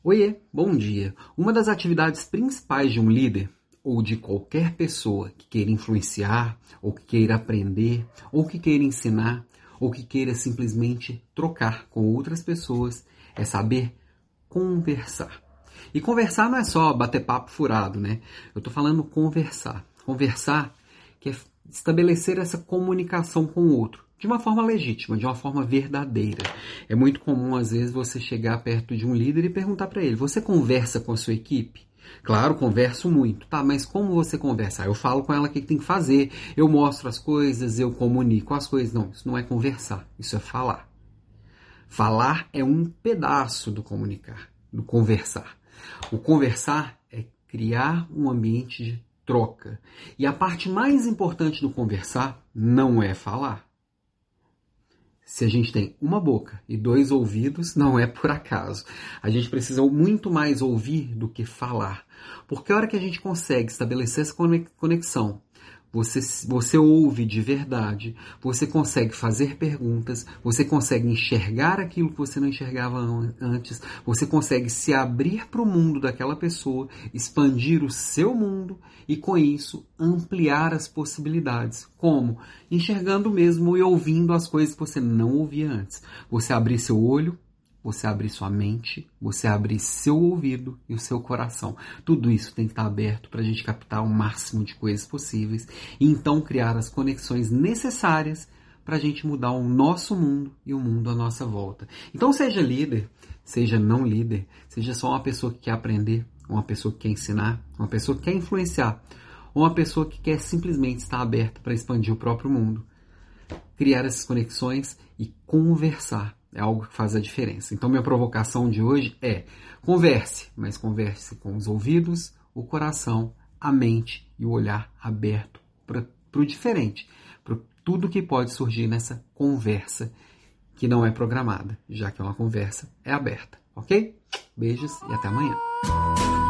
Oiê, bom dia. Uma das atividades principais de um líder, ou de qualquer pessoa que queira influenciar, ou que queira aprender, ou que queira ensinar, ou que queira simplesmente trocar com outras pessoas, é saber conversar. E conversar não é só bater papo furado, né? Eu tô falando conversar. Conversar que é estabelecer essa comunicação com o outro de uma forma legítima, de uma forma verdadeira. É muito comum, às vezes, você chegar perto de um líder e perguntar para ele: você conversa com a sua equipe? Claro, converso muito. Tá, mas como você conversa? Eu falo com ela o que tem que fazer, eu mostro as coisas, eu comunico as coisas. Não, isso não é conversar, isso é falar. Falar é um pedaço do comunicar, do conversar. O conversar é criar um ambiente de troca. E a parte mais importante do conversar não é falar. Se a gente tem uma boca e 2 ouvidos, não é por acaso. A gente precisa muito mais ouvir do que falar. Porque a hora que a gente consegue estabelecer essa conexão, você ouve de verdade, você consegue fazer perguntas, você consegue enxergar aquilo que você não enxergava antes, você consegue se abrir para o mundo daquela pessoa, expandir o seu mundo e, com isso, ampliar as possibilidades. Como? Enxergando mesmo e ouvindo as coisas que você não ouvia antes. Você abrir seu olho, você abrir sua mente, você abrir seu ouvido e o seu coração. Tudo isso tem que estar aberto para a gente captar o máximo de coisas possíveis e então criar as conexões necessárias para a gente mudar o nosso mundo e o mundo à nossa volta. Então seja líder, seja não líder, seja só uma pessoa que quer aprender, uma pessoa que quer ensinar, uma pessoa que quer influenciar, ou uma pessoa que quer simplesmente estar aberta para expandir o próprio mundo. Criar essas conexões e conversar é algo que faz a diferença. Então, minha provocação de hoje é: converse, mas converse com os ouvidos, o coração, a mente e o olhar aberto para o diferente, para tudo que pode surgir nessa conversa que não é programada, já que é uma conversa é aberta, ok? Beijos e até amanhã.